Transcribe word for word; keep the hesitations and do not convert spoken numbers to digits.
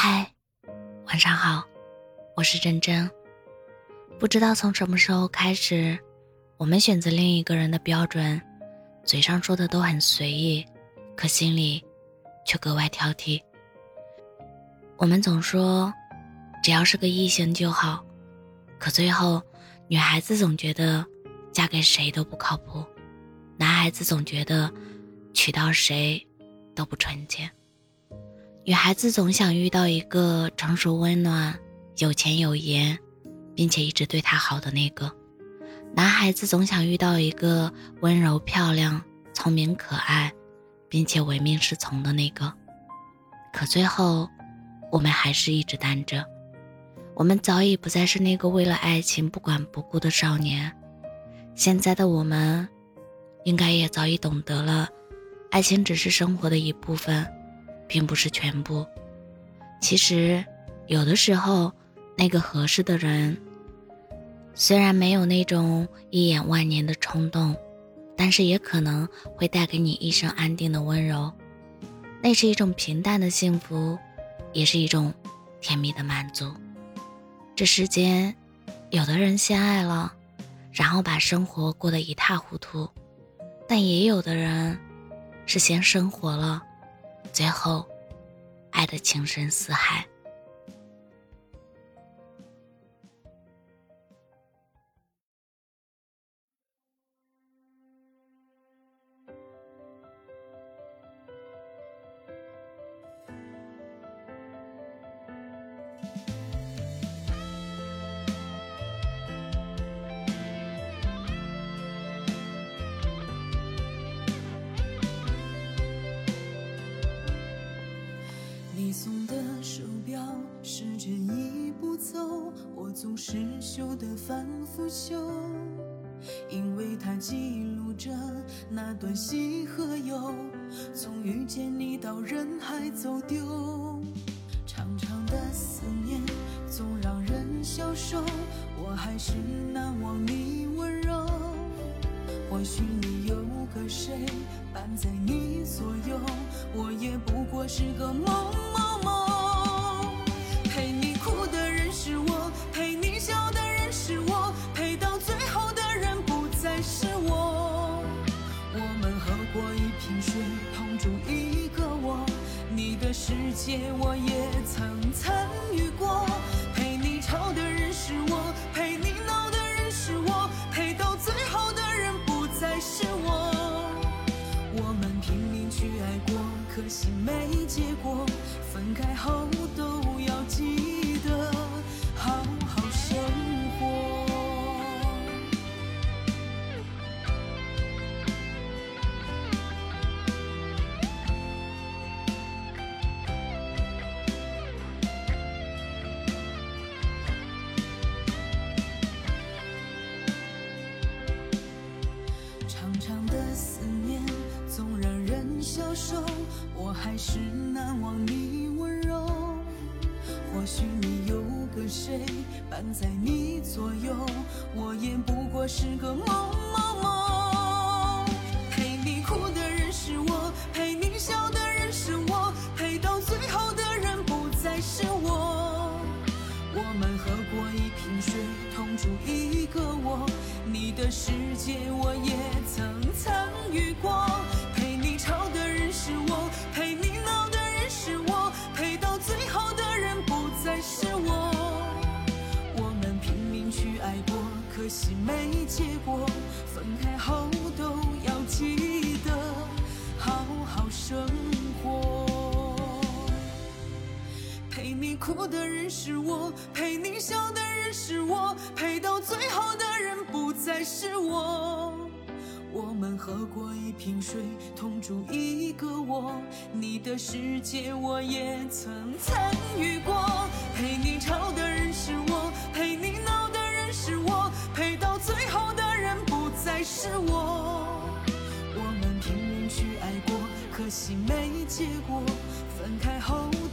嗨，晚上好，我是珍珍。不知道从什么时候开始，我们选择另一个人的标准，嘴上说的都很随意，可心里却格外挑剔。我们总说只要是个异性就好，可最后女孩子总觉得嫁给谁都不靠谱，男孩子总觉得娶到谁都不纯洁。女孩子总想遇到一个成熟温暖、有钱有颜，并且一直对她好的那个。男孩子总想遇到一个温柔漂亮、聪明可爱，并且唯命是从的那个。可最后，我们还是一直单着。我们早已不再是那个为了爱情不管不顾的少年。现在的我们，应该也早已懂得了，爱情只是生活的一部分，并不是全部。其实有的时候，那个合适的人虽然没有那种一眼万年的冲动，但是也可能会带给你一生安定的温柔。那是一种平淡的幸福，也是一种甜蜜的满足。这世间有的人先爱了，然后把生活过得一塌糊涂，但也有的人是先生活了，最后爱得情深似海。 你送的手表，时间一步走，我总是修得反复修，因为它记录着那段喜和忧，从遇见你到人海走丢，长长的思念总让人消瘦，我还是难忘你温柔。或许你有个谁伴在你左右，我也不过是个梦梦梦。陪你哭的人是我，陪你笑的人是我，陪到最后的人不再是我。我们喝过一瓶水，同住一个我，你的世界我也曾参与过。陪你吵的人是我，陪你闹的人是我，陪到最后的人不再是我。我们拼命去爱过，可惜没结果，分开后都要记得好好生活。长长的思念总让人消瘦，我还是难忘你温柔。或许你有个谁伴在你左右，我也不过是个梦梦梦。陪你哭的人是我，陪你笑的人是我，陪到最后的人不再是我。我们喝过一瓶水，同住一个我，你的世界我也曾参与过。陪你吵的人是我，陪你闹的人是我，陪到最后的人不再是我。我们拼命去爱过，可惜没结果，分开后都要记得好好生活。陪你哭的人是我，陪你笑的人是我，陪到最后的人不再是我。我们喝过一瓶水，同住一个我，你的世界我也曾参与过。陪你吵的人是我，陪你闹的人是我，陪到最后的人不再是我。我们拼命去爱过，可惜没结果，分开后